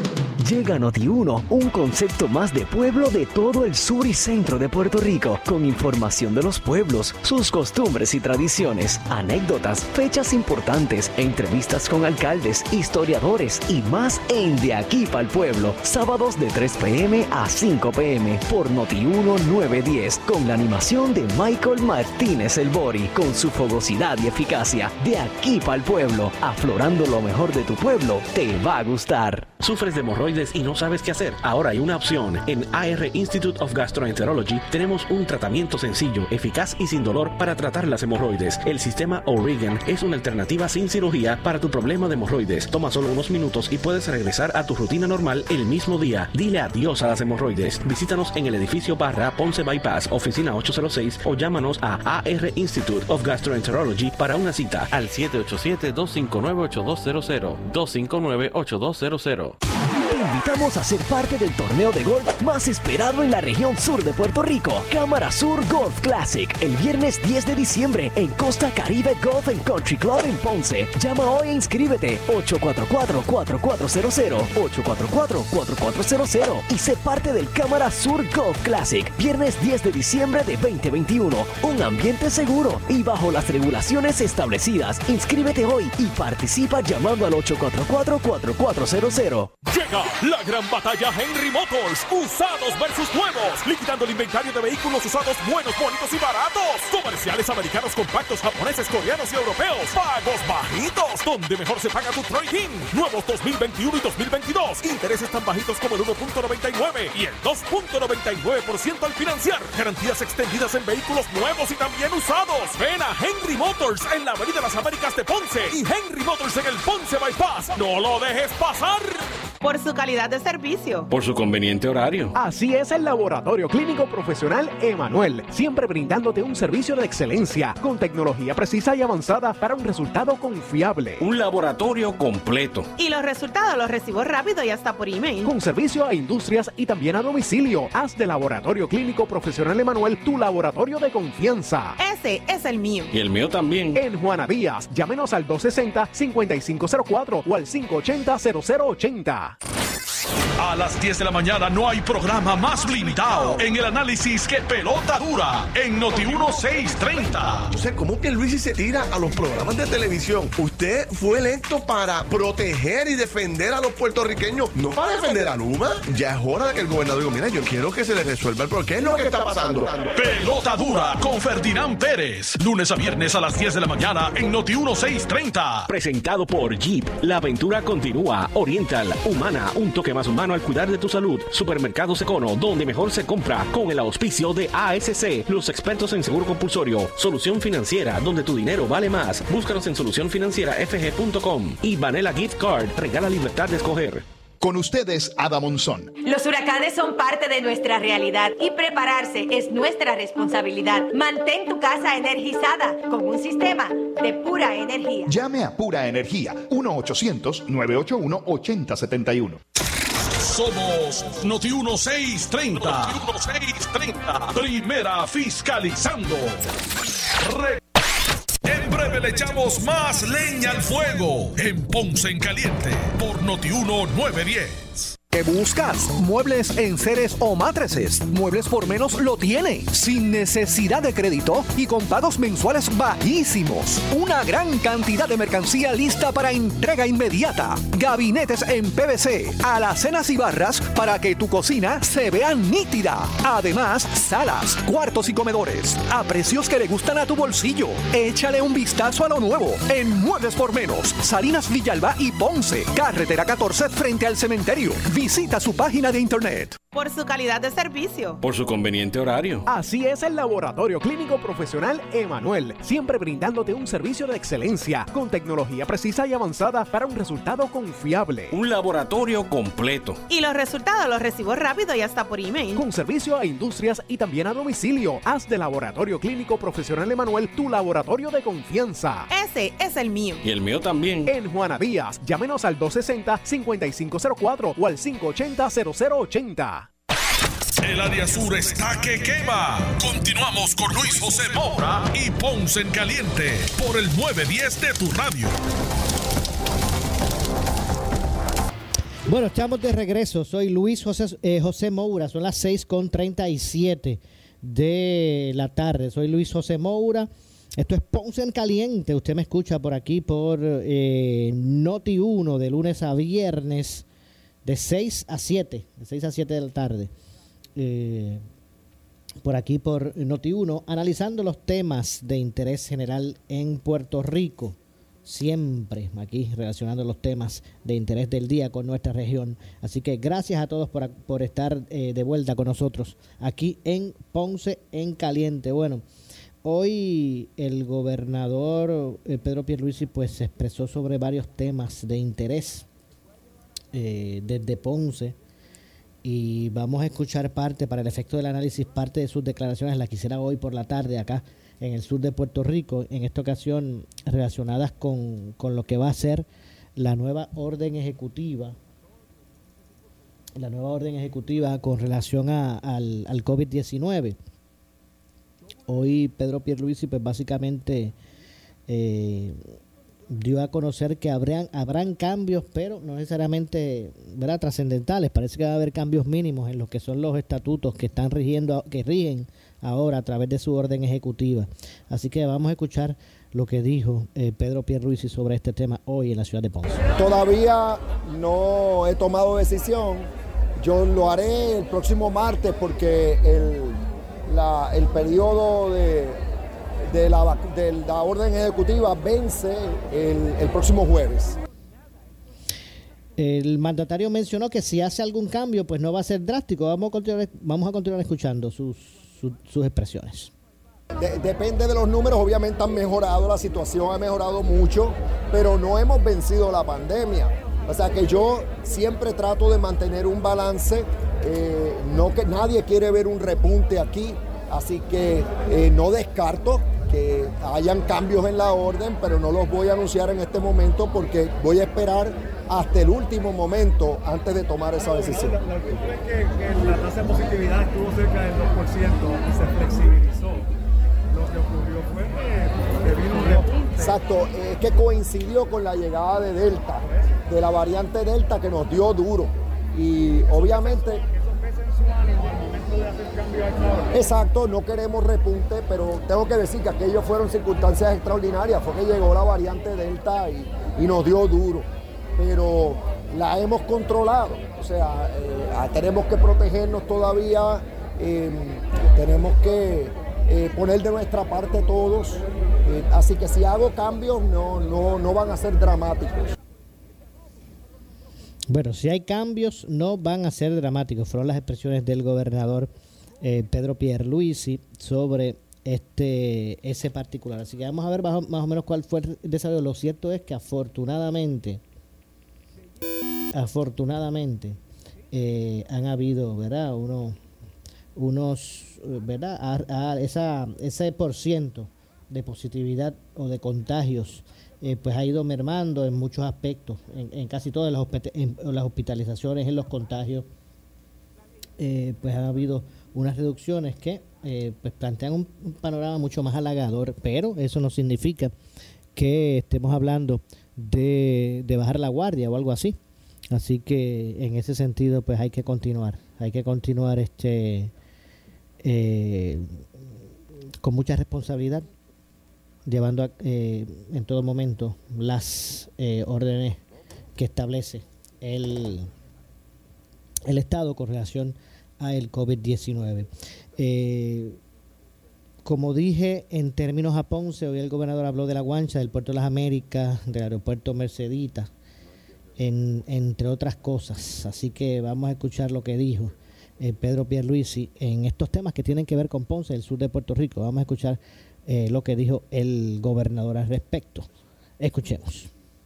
Llega Noti uno, un concepto más de pueblo de todo el sur y centro de Puerto Rico, con información de los pueblos, sus costumbres y tradiciones, anécdotas, fechas importantes, entrevistas con alcaldes, historiadores y más en De Aquí Pa'l Pueblo, sábados de tres p m a cinco p m por Noti uno nueve diez, con la animación de Michael Martínez El Bori, con su fogosidad y eficacia. De Aquí Pa'l Pueblo, aflorando lo mejor de tu pueblo, te va a gustar. ¿Sufres de hemorroides y no sabes qué hacer? Ahora hay una opción. En A R Institute of Gastroenterology tenemos un tratamiento sencillo, eficaz y sin dolor para tratar las hemorroides. El sistema O'Regan es una alternativa sin cirugía para tu problema de hemorroides. Toma solo unos minutos y puedes regresar a tu rutina normal el mismo día. Dile adiós a las hemorroides. Visítanos en el edificio Barra Ponce Bypass, oficina ocho cero seis, o llámanos a A R Institute of Gastroenterology para una cita al siete ocho siete, dos cinco nueve, ocho dos cero cero, dos cinco nueve, ocho dos cero cero. Te invitamos a ser parte del torneo de golf más esperado en la región sur de Puerto Rico, Cámara Sur Golf Classic, el viernes diez de diciembre en Costa Caribe Golf and Country Club en Ponce. Llama hoy e inscríbete ocho cuatro cuatro, cuatro cuatro cero cero, ocho cuatro cuatro, cuatro cuatro cero cero y sé parte del Cámara Sur Golf Classic, viernes diez de diciembre de veinte veintiuno. Un ambiente seguro y bajo las regulaciones establecidas. Inscríbete hoy y participa llamando al ocho cuatro cuatro, cuatro cuatro cero cero. Llega la gran batalla Henry Motors, usados versus nuevos, liquidando el inventario de vehículos usados buenos, bonitos y baratos. Comerciales americanos, compactos, japoneses, coreanos y europeos. Pagos bajitos, donde mejor se paga tu trading. Nuevos dos mil veintiuno y dos mil veintidós. Intereses tan bajitos como el uno punto noventa y nueve y el dos punto noventa y nueve por ciento al financiar. Garantías extendidas en vehículos nuevos y también usados. Ven a Henry Motors en la Avenida Las Américas de Ponce y Henry Motors en el Ponce Bypass. No lo dejes pasar. Por su calidad de servicio. Por su conveniente horario. Así es el Laboratorio Clínico Profesional Emanuel, siempre brindándote un servicio de excelencia, con tecnología precisa y avanzada para un resultado confiable. Un laboratorio completo. Y los resultados los recibo rápido y hasta por email. Con servicio a industrias y también a domicilio. Haz de Laboratorio Clínico Profesional Emanuel tu laboratorio de confianza. Ese es el mío. Y el mío también. En Juana Díaz, llámenos al dos sesenta, cincuenta y cinco cero cuatro o al cinco ochenta, cero cero ochenta. A las diez de la mañana no hay programa más limitado en el análisis que Pelota Dura en Noti uno seiscientos treinta. O sea, ¿cómo que Luis se tira a los programas de televisión? Usted fue electo para proteger y defender a los puertorriqueños, no para defender a Luma. Ya es hora de que el gobernador diga, mira, yo quiero que se le resuelva el problema. ¿Qué es lo que está pasando? Pelota Dura con Ferdinand Pérez. Lunes a viernes a las diez de la mañana en Noti uno seiscientos treinta. Presentado por Jeep. La aventura continúa. Oriental, Humana, un toque más humano al cuidar de tu salud. Supermercados Econo, donde mejor se compra, con el auspicio de A S C, los expertos en seguro compulsorio. Solución Financiera, donde tu dinero vale más. Búscanos en solución financiera f g punto com. Y Vanilla Gift Card, regala libertad de escoger. Con ustedes, Ada Monzón. Los huracanes son parte de nuestra realidad y prepararse es nuestra responsabilidad. Mantén tu casa energizada con un sistema de Pura Energía. Llame a Pura Energía, uno ochocientos nueve ocho uno ocho cero siete uno. Somos Noti uno seiscientos treinta. Noti uno seiscientos treinta. Primera fiscalizando. Re- En breve le echamos más leña al fuego en Ponce en Caliente por Noti uno nueve diez. ¿Qué buscas? Muebles, enseres o matrices. Muebles por menos lo tiene. Sin necesidad de crédito y con pagos mensuales bajísimos. Una gran cantidad de mercancía lista para entrega inmediata. Gabinetes en P V C, alacenas y barras para que tu cocina se vea nítida. Además, salas, cuartos y comedores a precios que le gustan a tu bolsillo. Échale un vistazo a lo nuevo en Muebles por Menos. Salinas Villalba y Ponce. Carretera catorce frente al cementerio. Visita su página de internet. Por su calidad de servicio. Por su conveniente horario. Así es el Laboratorio Clínico Profesional Emanuel, siempre brindándote un servicio de excelencia, con tecnología precisa y avanzada para un resultado confiable. Un laboratorio completo. Y los resultados los recibo rápido y hasta por email. Con servicio a industrias y también a domicilio. Haz de Laboratorio Clínico Profesional Emanuel tu laboratorio de confianza. Ese es el mío. Y el mío también. En Juana Díaz, llámenos al dos sesenta, cincuenta y cinco cero cuatro o al cinco ochenta, cero cero ochenta. El área sur está que quema. Continuamos con Luis José Moura y Ponce en Caliente por el nueve diez de tu radio. Bueno, estamos de regreso. Soy Luis José, eh, José Moura. Son las seis con treinta y siete de la tarde. Soy Luis José Moura. Esto es Ponce en Caliente. Usted me escucha por aquí por eh, Noti uno de lunes a viernes de seis a siete. De seis a siete de la tarde. Eh, por aquí por Noti uno, analizando los temas de interés general en Puerto Rico, siempre aquí relacionando los temas de interés del día con nuestra región. Así que gracias a todos por, por estar eh, de vuelta con nosotros aquí en Ponce en Caliente. Bueno, hoy el gobernador eh, Pedro Pierluisi pues se expresó sobre varios temas de interés eh, desde Ponce. Y vamos a escuchar parte, para el efecto del análisis, parte de sus declaraciones, las que hiciera hoy por la tarde acá en el sur de Puerto Rico, en esta ocasión relacionadas con, con lo que va a ser la nueva orden ejecutiva, la nueva orden ejecutiva con relación a, al, al COVID diecinueve. Hoy Pedro Pierluisi pues básicamente eh, dio a conocer que habrán, habrán cambios, pero no necesariamente, ¿verdad?, trascendentales. Parece que va a haber cambios mínimos en lo que son los estatutos que están rigiendo, que rigen ahora a través de su orden ejecutiva. Así que vamos a escuchar lo que dijo eh, Pedro Pierluisi sobre este tema hoy en la ciudad de Ponce. Todavía no he tomado decisión. Yo lo haré el próximo martes porque el, la, el periodo de De la, de la orden ejecutiva vence el, el próximo jueves. El mandatario mencionó que si hace algún cambio, pues no va a ser drástico. Vamos a continuar, vamos a continuar escuchando sus, sus, sus expresiones. De, depende de los números, obviamente han mejorado, la situación ha mejorado mucho, pero no hemos vencido la pandemia. O sea que yo siempre trato de mantener un balance, eh, no que nadie quiere ver un repunte aquí, así que eh, no descarto que hayan cambios en la orden, pero no los voy a anunciar en este momento porque voy a esperar hasta el último momento antes de tomar esa decisión. ¿Usted cree que, que la tasa de positividad estuvo cerca del dos por ciento y se flexibilizó? Lo que ocurrió fue que, que vino un repunte. Exacto, es que coincidió con la llegada de Delta, de la variante Delta que nos dio duro. y obviamente... Exacto, no queremos repunte, pero tengo que decir que aquello fueron circunstancias extraordinarias, fue que llegó la variante Delta y, y nos dio duro, pero la hemos controlado, o sea, eh, tenemos que protegernos todavía, eh, tenemos que eh, poner de nuestra parte todos, eh, así que si hago cambios no, no, no van a ser dramáticos. Bueno, si hay cambios, no van a ser dramáticos. Fueron las expresiones del gobernador eh, Pedro Pierluisi sobre este ese particular. Así que vamos a ver bajo, más o menos cuál fue el desarrollo. Lo cierto es que afortunadamente, afortunadamente, eh, han habido, ¿verdad? Uno, unos, ¿verdad? A, a esa, ese por ciento de positividad o de contagios. Eh, pues ha ido mermando en muchos aspectos, en, en casi todas las, en las hospitalizaciones, en los contagios, eh, pues ha habido unas reducciones que eh, pues plantean un, un panorama mucho más halagador, pero eso no significa que estemos hablando de, de bajar la guardia o algo así. Así que en ese sentido pues hay que continuar, hay que continuar este eh, con mucha responsabilidad, llevando a, eh, en todo momento las eh, órdenes que establece el, el Estado con relación a el COVID diecinueve. Eh, como dije, en términos a Ponce, hoy el gobernador habló de la guancha, del Puerto de las Américas, del aeropuerto Mercedita, en, entre otras cosas. Así que vamos a escuchar lo que dijo eh, Pedro Pierluisi en estos temas que tienen que ver con Ponce, el sur de Puerto Rico. Vamos a escuchar Eh, lo que dijo el gobernador al respecto. Escuchemos.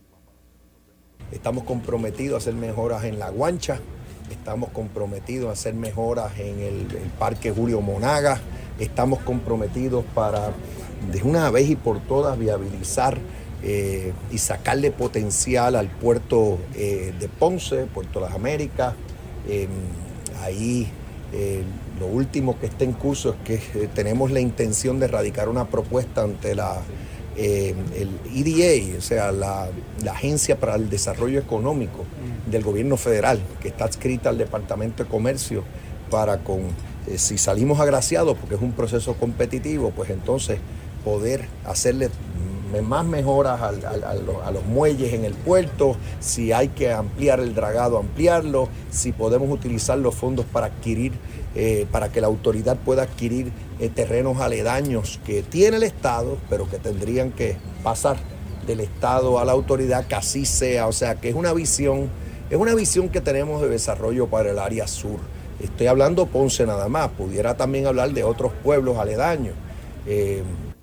Estamos comprometidos a hacer mejoras en La Guancha, estamos comprometidos a hacer mejoras en el, el Parque Julio Monagas, estamos comprometidos para de una vez y por todas viabilizar eh, y sacarle potencial al puerto eh, de Ponce, Puerto de las Américas. Eh, ahí eh, lo último que está en curso es que eh, tenemos la intención de radicar una propuesta ante la eh, el E D A, o sea, la, la Agencia para el Desarrollo Económico del Gobierno Federal, que está adscrita al Departamento de Comercio, para con, eh, si salimos agraciados, porque es un proceso competitivo, pues entonces poder hacerle más mejoras a, a, a, los, a los muelles en el puerto, si hay que ampliar el dragado, ampliarlo, si podemos utilizar los fondos para adquirir, eh, para que la autoridad pueda adquirir eh, terrenos aledaños que tiene el Estado, pero que tendrían que pasar del Estado a la autoridad, que así sea. O sea, que es una visión, es una visión que tenemos de desarrollo para el área sur. Estoy hablando Ponce nada más, pudiera también hablar de otros pueblos aledaños. Eh,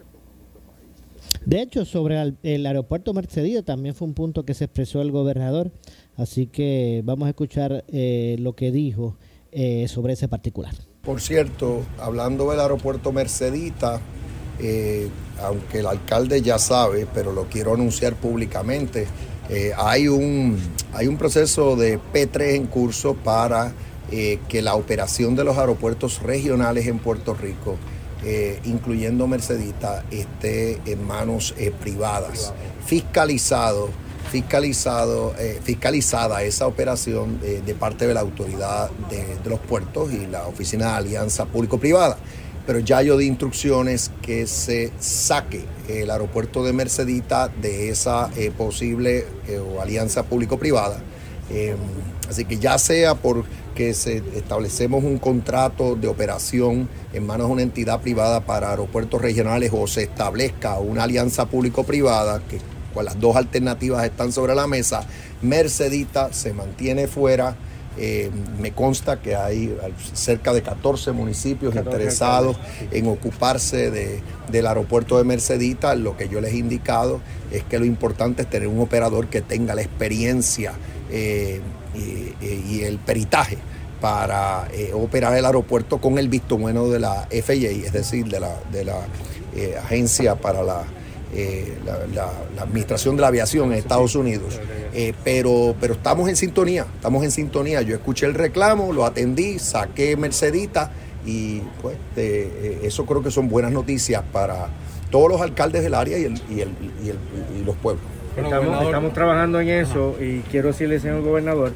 De hecho, sobre el, el aeropuerto Mercedita también fue un punto que se expresó el gobernador, así que vamos a escuchar eh, lo que dijo eh, sobre ese particular. Por cierto, hablando del aeropuerto Mercedita, eh, aunque el alcalde ya sabe, pero lo quiero anunciar públicamente, eh, hay un, hay un proceso de P tres en curso para eh, que la operación de los aeropuertos regionales en Puerto Rico, Eh, incluyendo Mercedita, esté en manos eh, privadas, fiscalizado, fiscalizado, eh, fiscalizada esa operación eh, de parte de la autoridad de, de los puertos y la Oficina de Alianza Público-Privada. Pero ya yo di instrucciones que se saque el aeropuerto de Mercedita de esa eh, posible eh, o alianza público-privada. Eh, así que ya sea por que se establecemos un contrato de operación en manos de una entidad privada para aeropuertos regionales o se establezca una alianza público-privada, que con las dos alternativas están sobre la mesa, Mercedita se mantiene fuera. Eh, me consta que hay cerca de catorce municipios catorce interesados alcaldes. En ocuparse de, del aeropuerto de Mercedita. Lo que yo les he indicado es que lo importante es tener un operador que tenga la experiencia eh, y, y el peritaje para eh, operar el aeropuerto con el visto bueno de la F A A, es decir, de la, de la eh, Agencia para la, eh, la, la, la Administración de la Aviación en Estados Unidos. Eh, pero, pero estamos en sintonía, estamos en sintonía. Yo escuché el reclamo, lo atendí, saqué Mercedita y pues eh, eso creo que son buenas noticias para todos los alcaldes del área y, el, y, el, y, el, y los pueblos. Estamos, estamos trabajando en eso y quiero decirle, señor gobernador,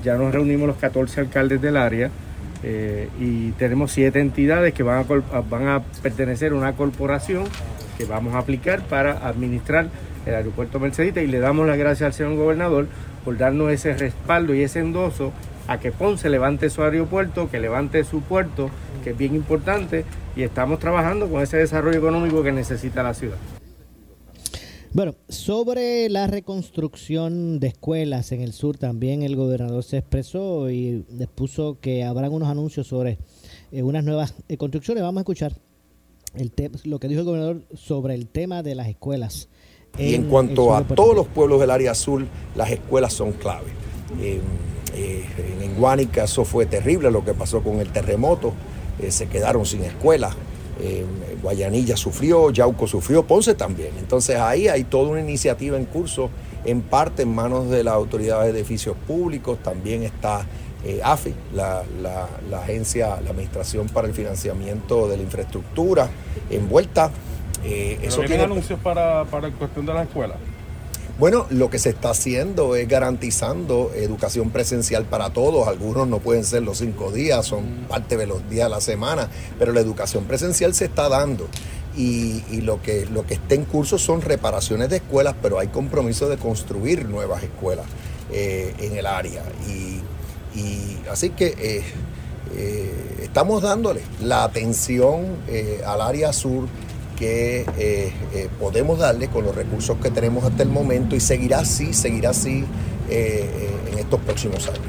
ya nos reunimos los catorce alcaldes del área eh, y tenemos siete entidades que van a, van a pertenecer a una corporación que vamos a aplicar para administrar el aeropuerto Mercedita, y le damos las gracias al señor gobernador por darnos ese respaldo y ese endoso a que Ponce levante su aeropuerto, que levante su puerto, que es bien importante, y estamos trabajando con ese desarrollo económico que necesita la ciudad. Bueno, sobre la reconstrucción de escuelas en el sur, también el gobernador se expresó y expuso que habrán unos anuncios sobre eh, unas nuevas eh, construcciones. Vamos a escuchar el te- lo que dijo el gobernador sobre el tema de las escuelas. Y en cuanto a todos los pueblos del área sur, las escuelas son clave. Eh, eh, en Guánica eso fue terrible lo que pasó con el terremoto, eh, se quedaron sin escuelas. Eh, Guayanilla sufrió, Yauco sufrió, Ponce también. Entonces ahí hay toda una iniciativa en curso, en parte en manos de la Autoridad de Edificios Públicos. También está eh, A F I, la, la, la agencia, la Administración para el Financiamiento de la Infraestructura, envuelta. Eh, ¿Pero eso tienen tiene anuncios para, para la cuestión de la escuela? Bueno, lo que se está haciendo es garantizando educación presencial para todos. Algunos no pueden ser los cinco días, son parte de los días de la semana, pero la educación presencial se está dando. Y, y lo que, lo que está en curso son reparaciones de escuelas, pero hay compromiso de construir nuevas escuelas eh, en el área. Y, y así que eh, eh, estamos dándole la atención eh, al área sur que eh, eh, podemos darle con los recursos que tenemos hasta el momento, y seguirá así, seguirá así eh, eh, en estos próximos años.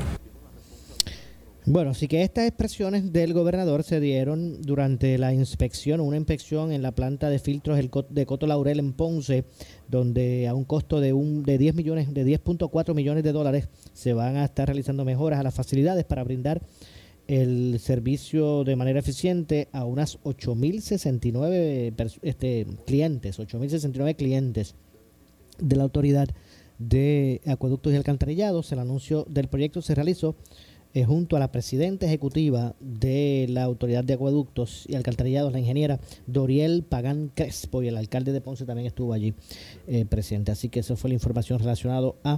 Bueno, así que estas expresiones del gobernador se dieron durante la inspección, una inspección en la planta de filtros de Coto Laurel en Ponce, donde a un costo de un de diez millones, de diez punto cuatro millones de dólares se van a estar realizando mejoras a las facilidades para brindar el servicio de manera eficiente a unas ocho mil sesenta y nueve este, clientes, ocho mil sesenta y nueve clientes de la Autoridad de Acueductos y Alcantarillados. El anuncio del proyecto se realizó eh, junto a la presidenta ejecutiva de la Autoridad de Acueductos y Alcantarillados, la ingeniera Doriel Pagán Crespo, y el alcalde de Ponce también estuvo allí eh, presente. Así que esa fue la información relacionada a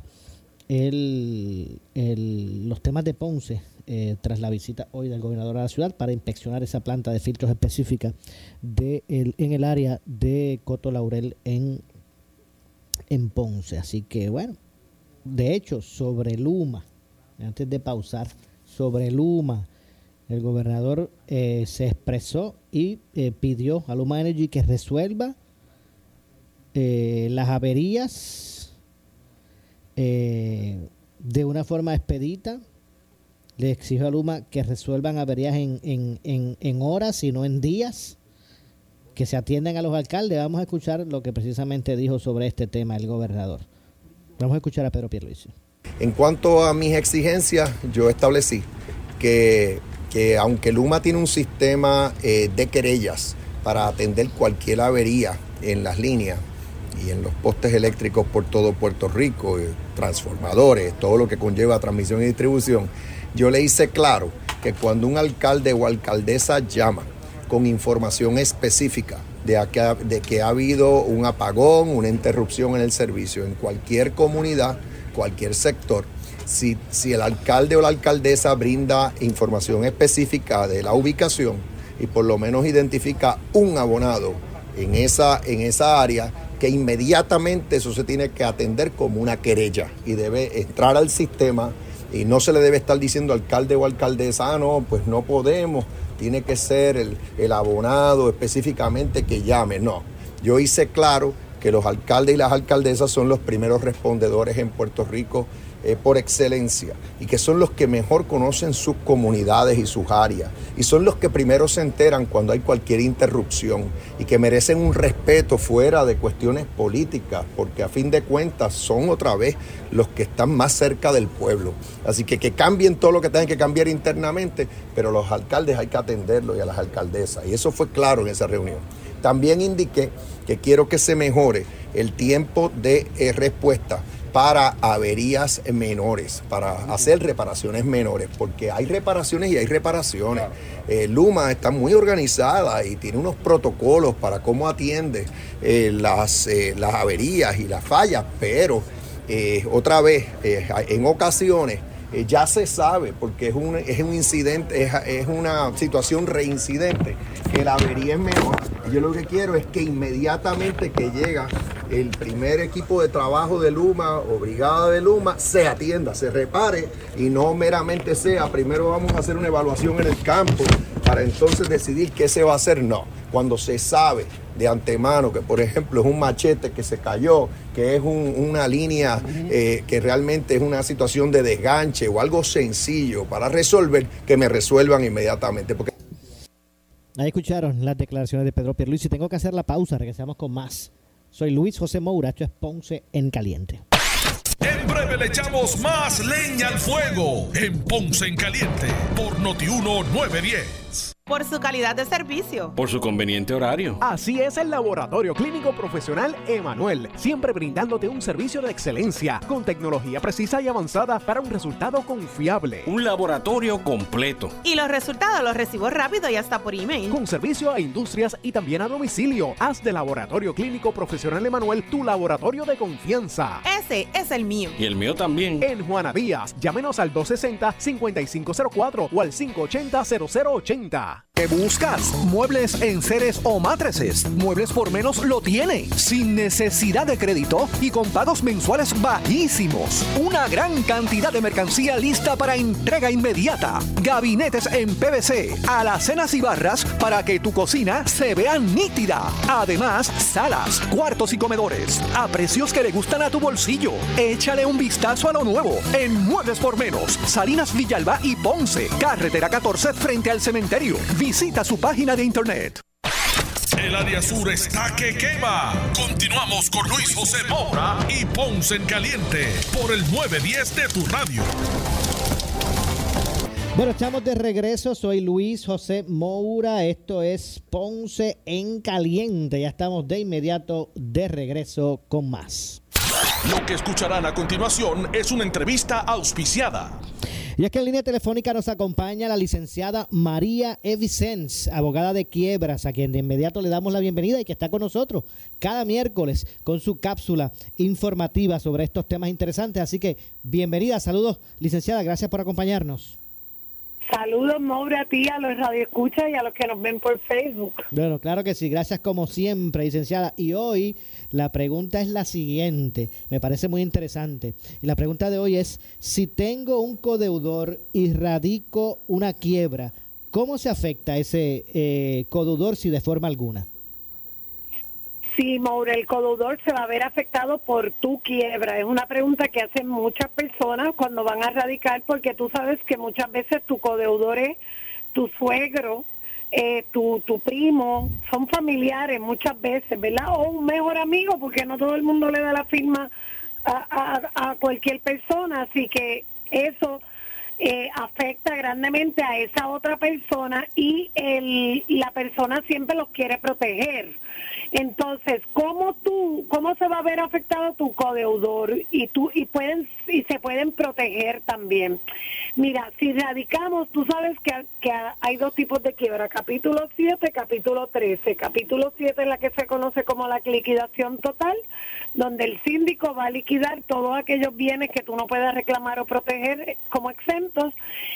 el, el, los temas de Ponce eh, tras la visita hoy del gobernador a la ciudad para inspeccionar esa planta de filtros específica de el, en el área de Coto Laurel en, en Ponce. Así que bueno, de hecho, sobre Luma, antes de pausar, sobre Luma, el gobernador eh, se expresó y eh, pidió a Luma Energy que resuelva eh, las averías eh, de una forma expedita. Le exigió a Luma que resuelvan averías en, en, en, en horas y no en días, que se atiendan a los alcaldes. Vamos a escuchar lo que precisamente dijo sobre este tema el gobernador. Vamos a escuchar a Pedro Pierluisi. En cuanto a mis exigencias, yo establecí que, que aunque Luma tiene un sistema eh, de querellas para atender cualquier avería en las líneas y en los postes eléctricos por todo Puerto Rico, eh, transformadores, todo lo que conlleva transmisión y distribución, yo le hice claro que cuando un alcalde o alcaldesa llama con información específica de que, ha, de que ha habido un apagón, una interrupción en el servicio en cualquier comunidad, cualquier sector, si, si el alcalde o la alcaldesa brinda información específica de la ubicación y por lo menos identifica un abonado en esa, en esa área, que inmediatamente eso se tiene que atender como una querella y debe entrar al sistema. Y no se le debe estar diciendo al alcalde o alcaldesa, ah, no, pues no podemos, tiene que ser el, el abonado específicamente que llame. No, yo hice claro que los alcaldes y las alcaldesas son los primeros respondedores en Puerto Rico eh, por excelencia, y que son los que mejor conocen sus comunidades y sus áreas, y son los que primero se enteran cuando hay cualquier interrupción, y que merecen un respeto fuera de cuestiones políticas, porque a fin de cuentas son otra vez los que están más cerca del pueblo. Así que que cambien todo lo que tengan que cambiar internamente, pero los alcaldes hay que atenderlos, y a las alcaldesas, y eso fue claro en esa reunión. También indiqué que quiero que se mejore el tiempo de eh, respuesta para averías menores, para hacer reparaciones menores, porque hay reparaciones y hay reparaciones. Eh, Luma está muy organizada y tiene unos protocolos para cómo atiende eh, las, eh, las averías y las fallas, pero eh, otra vez, eh, en ocasiones eh, ya se sabe, porque es un, es un incidente, es, es una situación reincidente, que la avería es menor. Yo lo que quiero es que inmediatamente que llega el primer equipo de trabajo de Luma o brigada de Luma, se atienda, se repare y no meramente sea, primero vamos a hacer una evaluación en el campo para entonces decidir qué se va a hacer. No, cuando se sabe de antemano que, por ejemplo, es un machete que se cayó, que es un, una línea eh, que realmente es una situación de desganche o algo sencillo para resolver, que me resuelvan inmediatamente. Porque... Ahí escucharon las declaraciones de Pedro Pierluisi. Tengo que hacer la pausa, regresamos con más. Soy Luis José Moura, esto es Ponce en Caliente. En breve le echamos más leña al fuego en Ponce en Caliente por Noti uno nueve diez. Por su calidad de servicio. Por su conveniente horario. Así es el Laboratorio Clínico Profesional Emanuel, siempre brindándote un servicio de excelencia con tecnología precisa y avanzada para un resultado confiable. Un laboratorio completo. Y los resultados los recibo rápido y hasta por email. Con servicio a industrias y también a domicilio. Haz de Laboratorio Clínico Profesional Emanuel tu laboratorio de confianza. Ese es el mío. Y el mío también. En Juana Díaz, llámenos al dos sesenta, cincuenta y cinco cero cuatro o al cinco ochenta, cero cero ochenta. ¿Qué buscas? Muebles, enseres o matrices. Muebles por menos lo tiene. Sin necesidad de crédito y con pagos mensuales bajísimos. Una gran cantidad de mercancía lista para entrega inmediata. Gabinetes en P V C, alacenas y barras para que tu cocina se vea nítida. Además, salas, cuartos y comedores a precios que le gustan a tu bolsillo. Échale un vistazo a lo nuevo en Muebles por Menos, Salinas, Villalba y Ponce. Carretera catorce frente al cementerio. Visita su página de internet. El área sur está que quema. Continuamos con Luis José Moura y Ponce en Caliente por el nueve diez de tu radio. Bueno, estamos de regreso. Soy Luis José Moura. Esto es Ponce en Caliente. Ya estamos de inmediato de regreso con más. Lo que escucharán a continuación es una entrevista auspiciada. Y es que en línea telefónica nos acompaña la licenciada María E. Vicens, abogada de quiebras, a quien de inmediato le damos la bienvenida y que está con nosotros cada miércoles con su cápsula informativa sobre estos temas interesantes. Así que bienvenida, saludos licenciada, gracias por acompañarnos. Saludos, Moura, a ti, a los radioescuchas y a los que nos ven por Facebook. Bueno, claro que sí, gracias como siempre, licenciada. Y hoy la pregunta es la siguiente, me parece muy interesante. Y la pregunta de hoy es, si tengo un codeudor y radico una quiebra, ¿cómo se afecta ese eh, codeudor si de forma alguna? Sí, Moura, el codeudor se va a ver afectado por tu quiebra. Es una pregunta que hacen muchas personas cuando van a radicar, porque tú sabes que muchas veces tu codeudor es tu suegro, eh, tu, tu primo, son familiares muchas veces, ¿verdad? O un mejor amigo, porque no todo el mundo le da la firma a, a, a cualquier persona, así que eso eh, afecta grandemente a esa otra persona y el, la persona siempre los quiere proteger. Entonces, ¿cómo tú, cómo se va a ver afectado tu codeudor y tú y pueden y se pueden proteger también? Mira, si radicamos, tú sabes que, que hay dos tipos de quiebra, capítulo siete, capítulo trece. Capítulo siete es la que se conoce como la liquidación total, donde el síndico va a liquidar todos aquellos bienes que tú no puedas reclamar o proteger como exentos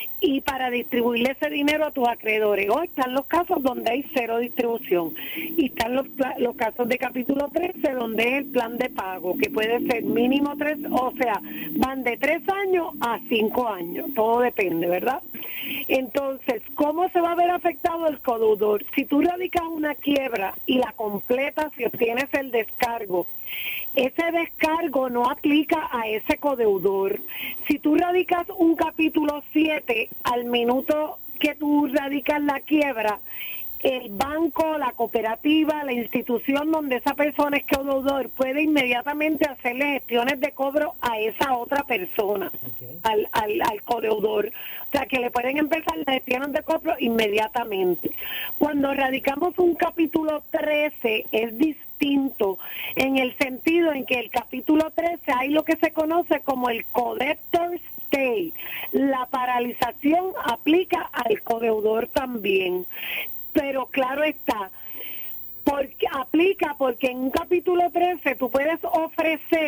y para distribuirle ese dinero a tus acreedores. Hoy están los casos donde hay cero distribución y están los, los casos de capítulo trece donde es el plan de pago, que puede ser mínimo tres, o sea, van de tres años a cinco años, todo depende, ¿verdad? Entonces, ¿cómo se va a ver afectado el codeudor? Si tú radicas una quiebra y la completas y obtienes el descargo, ese descargo no aplica a ese codeudor. Si tú radicas un capítulo siete, al minuto que tú radicas la quiebra, el banco, la cooperativa, la institución donde esa persona es codeudor puede inmediatamente hacerle gestiones de cobro a esa otra persona, okay. al, al, al codeudor. O sea, que le pueden empezar las gestiones de cobro inmediatamente. Cuando radicamos un capítulo trece es distinto en el sentido en que el capítulo trece hay lo que se conoce como el codector stay. La paralización aplica al codeudor también. Pero claro está, porque aplica porque en un capítulo trece tú puedes ofrecer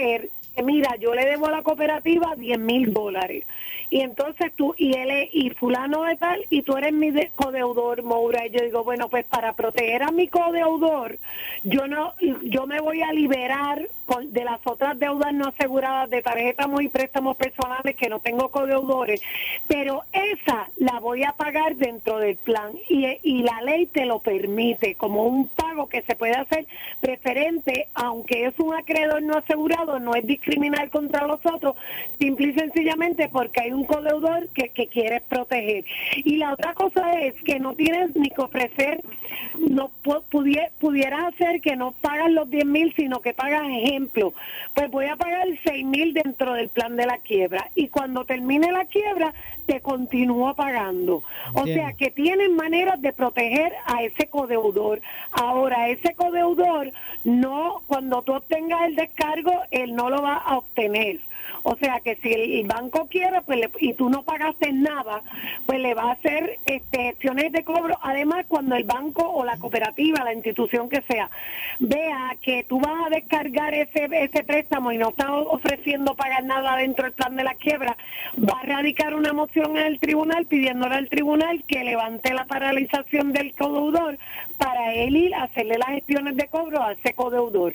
mira, yo le debo a la cooperativa diez mil dólares. Y entonces tú, y él es, y fulano de tal, y tú eres mi de, codeudor, Moura. Y yo digo, bueno, pues para proteger a mi codeudor, yo no, yo me voy a liberar con, de las otras deudas no aseguradas de tarjetas y préstamos personales que no tengo codeudores, pero esa la voy a pagar dentro del plan. Y, y la ley te lo permite, como un pago que se puede hacer preferente, aunque es un acreedor no asegurado, no es discriminar contra los otros, simple y sencillamente porque hay un codeudor que, que quieres proteger. Y la otra cosa es que no tienes ni que ofrecer, no pudiera, pudiera hacer que no pagas los diez mil, sino que pagas, ejemplo, pues voy a pagar seis mil dentro del plan de la quiebra, y cuando termine la quiebra te continúo pagando. O Bien. sea que tienen maneras de proteger a ese codeudor. Ahora, ese codeudor no, cuando tú obtengas el descargo, él no lo va a obtener. O sea que si el banco quiere, pues le, y tú no pagaste nada, pues le va a hacer este, gestiones de cobro. Además, cuando el banco o la cooperativa, la institución que sea, vea que tú vas a descargar ese ese préstamo y no estás ofreciendo pagar nada dentro del plan de la quiebra, va a radicar una moción en el tribunal pidiéndole al tribunal que levante la paralización del codeudor para él ir a hacerle las gestiones de cobro a ese codeudor.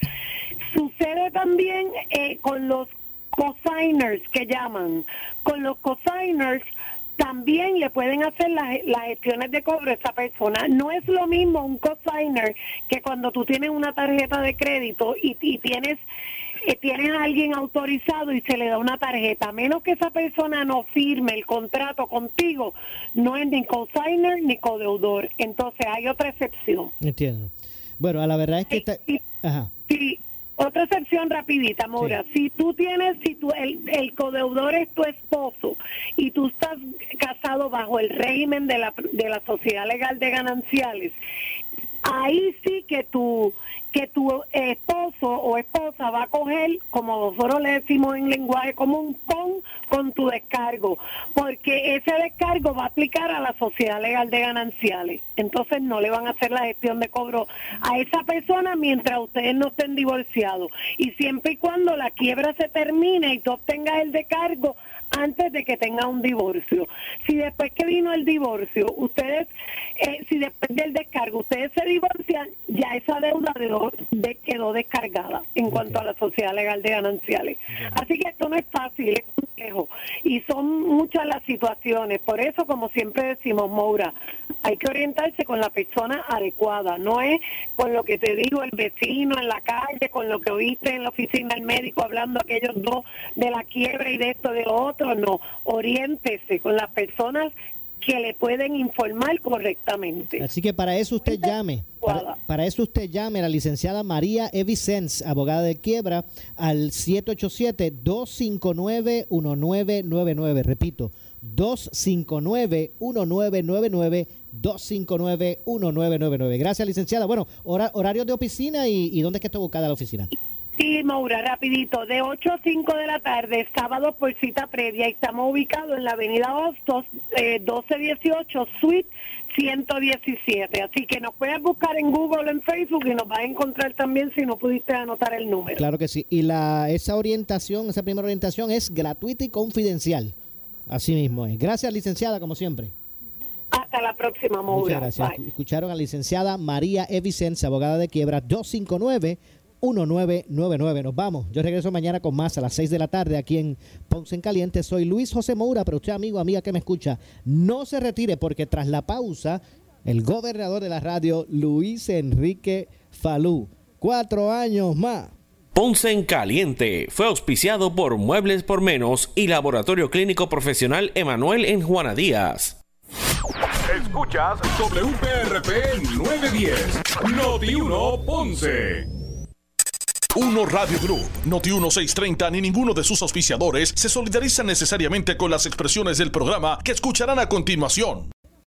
Sucede también eh, con los cosigners que llaman. Con los cosigners también le pueden hacer las, las gestiones de cobro a esa persona. No es lo mismo un cosigner que cuando tú tienes una tarjeta de crédito y, y tienes eh, tienes a alguien autorizado y se le da una tarjeta. A menos que esa persona no firme el contrato contigo, no es ni cosigner ni codeudor. Entonces hay otra excepción. Entiendo. Bueno, a la verdad es que está... Ajá. Sí. Otra excepción rapidita, Maura. Sí. Si tú tienes, si tú, el, el codeudor es tu esposo y tú estás casado bajo el régimen de la, de la sociedad legal de gananciales, ahí sí que tu, que tu esposo o esposa va a coger, como nosotros le decimos en lenguaje común, con, con tu descargo, porque ese descargo va a aplicar a la sociedad legal de gananciales. Entonces no le van a hacer la gestión de cobro a esa persona mientras ustedes no estén divorciados. Y siempre y cuando la quiebra se termine y tú obtengas el descargo antes de que tenga un divorcio. Si después que vino el divorcio, ustedes, eh, si después del descargo ustedes se divorcian, ya esa deuda de, de, quedó descargada en okay. cuanto a la sociedad legal de gananciales. Okay. Así que esto no es fácil, es complejo. Y son muchas las situaciones. Por eso, como siempre decimos, Moura, hay que orientarse con la persona adecuada. No es con lo que te digo el vecino en la calle, con lo que oíste en la oficina del médico hablando aquellos dos de la quiebra y de esto de lo otro. No, oriéntese con las personas que le pueden informar correctamente. Así que para eso usted llame, para, para eso usted llame a la licenciada María E. Vicens, abogada de quiebra, al siete ocho siete, dos cinco nueve, uno nueve nueve nueve. Repito, dos cinco nueve, uno nueve nueve nueve, dos cinco nueve, uno nueve nueve nueve. Gracias, licenciada. Bueno, hora, horarios de oficina y, y ¿dónde es que está ubicada la oficina? Sí, Maura, rapidito, de ocho a cinco de la tarde, sábado por cita previa, y estamos ubicados en la avenida Hostos, eh, doce dieciocho, suite ciento diecisiete, así que nos puedes buscar en Google, en Facebook, y nos vas a encontrar también si no pudiste anotar el número. Claro que sí, y la esa orientación, esa primera orientación es gratuita y confidencial, así mismo es. Gracias, licenciada, como siempre. Hasta la próxima, Maura. Muchas gracias. Bye. Escucharon a la licenciada María E. Vicens, abogada de quiebra, dos cinco nueve, uno nueve nueve nueve. Nos vamos. Yo regreso mañana con más a las seis de la tarde aquí en Ponce en Caliente. Soy Luis José Moura, pero usted, amigo, amiga que me escucha, no se retire porque tras la pausa, el gobernador de la radio, Luis Enrique Falú. Cuatro años más. Ponce en Caliente fue auspiciado por Muebles por Menos y Laboratorio Clínico Profesional Emanuel en Juana Díaz. Escuchas W P R P nueve diez, Noti uno Ponce. Uno Radio Group, Noti uno seiscientos treinta ni ninguno de sus auspiciadores se solidarizan necesariamente con las expresiones del programa que escucharán a continuación.